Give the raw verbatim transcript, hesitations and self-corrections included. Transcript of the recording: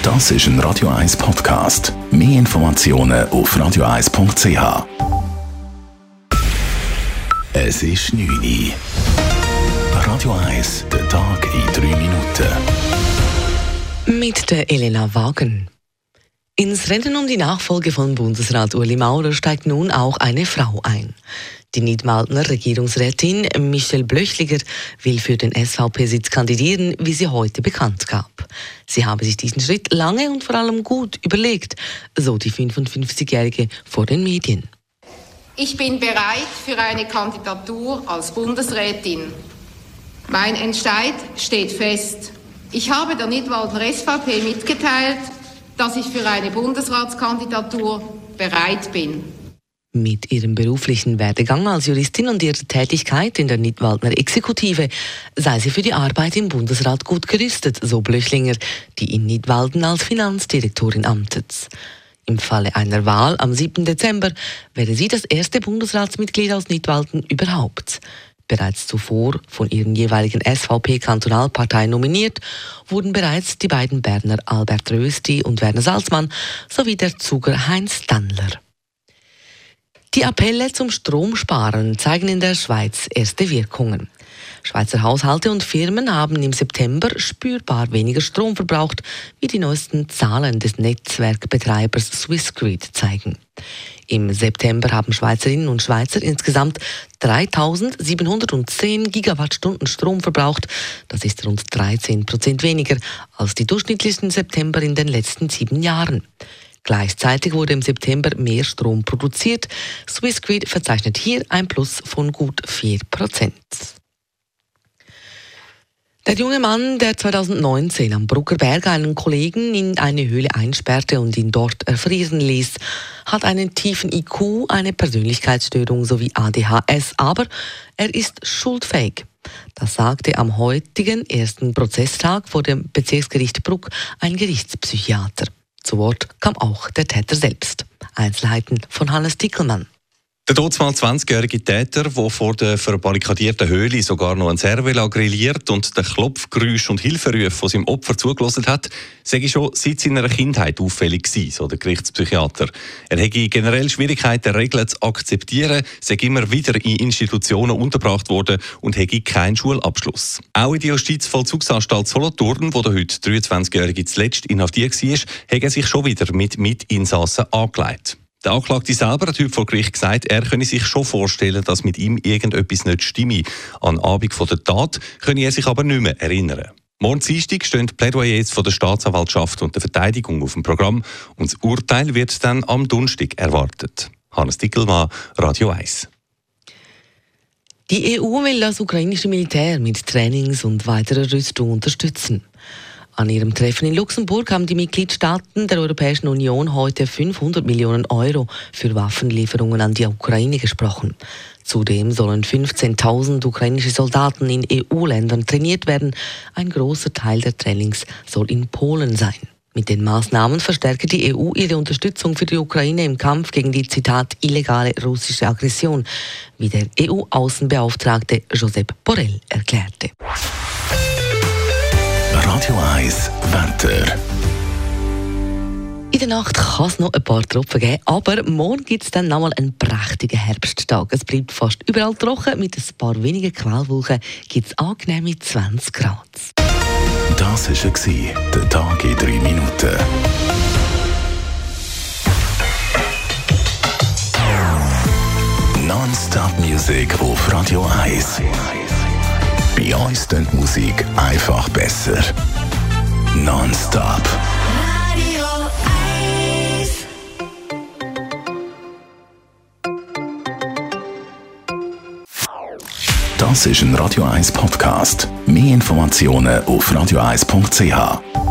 Das ist ein Radio eins Podcast. Mehr Informationen auf radio eins punkt c h. Es ist neun Uhr. Radio eins, der Tag in drei Minuten. Mit der Elena Wagen. Ins Rennen um die Nachfolge von Bundesrat Ueli Maurer steigt nun auch eine Frau ein. Die Nidwaldner Regierungsrätin Michelle Blöchliger will für den S V P-Sitz kandidieren, wie sie heute bekannt gab. Sie habe sich diesen Schritt lange und vor allem gut überlegt, so die fünfundfünfzigjährige vor den Medien. Ich bin bereit für eine Kandidatur als Bundesrätin. Mein Entscheid steht fest. Ich habe der Nidwaldner S V P mitgeteilt, dass ich für eine Bundesratskandidatur bereit bin. Mit ihrem beruflichen Werdegang als Juristin und ihrer Tätigkeit in der Nidwaldner Exekutive sei sie für die Arbeit im Bundesrat gut gerüstet, so Blöchlinger, die in Nidwalden als Finanzdirektorin amtet. Im Falle einer Wahl am siebten Dezember wäre sie das erste Bundesratsmitglied aus Nidwalden überhaupt. Bereits zuvor von ihren jeweiligen S V P-Kantonalparteien nominiert, wurden bereits die beiden Berner Albert Rösti und Werner Salzmann sowie der Zuger Heinz Dannler. Die Appelle zum Stromsparen zeigen in der Schweiz erste Wirkungen. Schweizer Haushalte und Firmen haben im September spürbar weniger Strom verbraucht, wie die neuesten Zahlen des Netzwerkbetreibers Swissgrid zeigen. Im September haben Schweizerinnen und Schweizer insgesamt dreitausendsiebenhundertzehn Gigawattstunden Strom verbraucht. Das ist rund dreizehn Prozent weniger als die durchschnittlichen September in den letzten sieben Jahren. Gleichzeitig wurde im September mehr Strom produziert. Swissgrid verzeichnet hier ein Plus von gut vier Prozent. Der junge Mann, der zweitausendneunzehn am Bruckerberg einen Kollegen in eine Höhle einsperrte und ihn dort erfrieren ließ, hat einen tiefen I Q, eine Persönlichkeitsstörung sowie A D H S, aber er ist schuldfähig. Das sagte am heutigen ersten Prozesstag vor dem Bezirksgericht Bruck ein Gerichtspsychiater. Zu Wort kam auch der Täter selbst. Einzelheiten von Hannes Dickelmann. Der damals zwanzigjährige Täter, der vor der verbarrikadierten Höhle sogar noch ein Cervela grilliert und den Klopfgeräusch und Hilferufe von seinem Opfer zugelassen hat, sei schon seit seiner Kindheit auffällig gewesen, so der Gerichtspsychiater. Er hätte generell Schwierigkeiten, Regeln zu akzeptieren, sei immer wieder in Institutionen untergebracht worden und hätte keinen Schulabschluss. Auch in der Justizvollzugsanstalt Solothurn, wo der heute dreiundzwanzigjährige zuletzt inhaftiert war, hätte er sich schon wieder mit Mitinsassen angelegt. Der Anklagte selber hat heute vor Gericht gesagt, er könne sich schon vorstellen, dass mit ihm irgendetwas nicht stimme. An den Abend der Tat könne er sich aber nicht mehr erinnern. Morgen Dienstag stehen die Plädoyers von der Staatsanwaltschaft und der Verteidigung auf dem Programm und das Urteil wird dann am Donnerstag erwartet. Hannes Dickelmann, Radio eins. Die E U will das ukrainische Militär mit Trainings und weiterer Rüstung unterstützen. An ihrem Treffen in Luxemburg haben die Mitgliedstaaten der Europäischen Union heute fünfhundert Millionen Euro für Waffenlieferungen an die Ukraine gesprochen. Zudem sollen fünfzehntausend ukrainische Soldaten in E U-Ländern trainiert werden. Ein großer Teil der Trainings soll in Polen sein. Mit den Maßnahmen verstärkt die E U ihre Unterstützung für die Ukraine im Kampf gegen die, Zitat, illegale russische Aggression, wie der E U-Außenbeauftragte Josep Borrell erklärte. Radio eins Wetter. In der Nacht kann es noch ein paar Tropfen geben, aber morgen gibt es dann nochmal einen prächtigen Herbsttag. Es bleibt fast überall trocken, mit ein paar wenigen Quellwolken gibt es angenehme zwanzig Grad. Das war der Tag in drei Minuten. Non-Stop-Musik auf Radio eins. Bei uns klingt die Musik einfach besser. Non-Stop. Radio eins. Das ist ein Radio eins Podcast. Mehr Informationen auf radio eins punkt c h.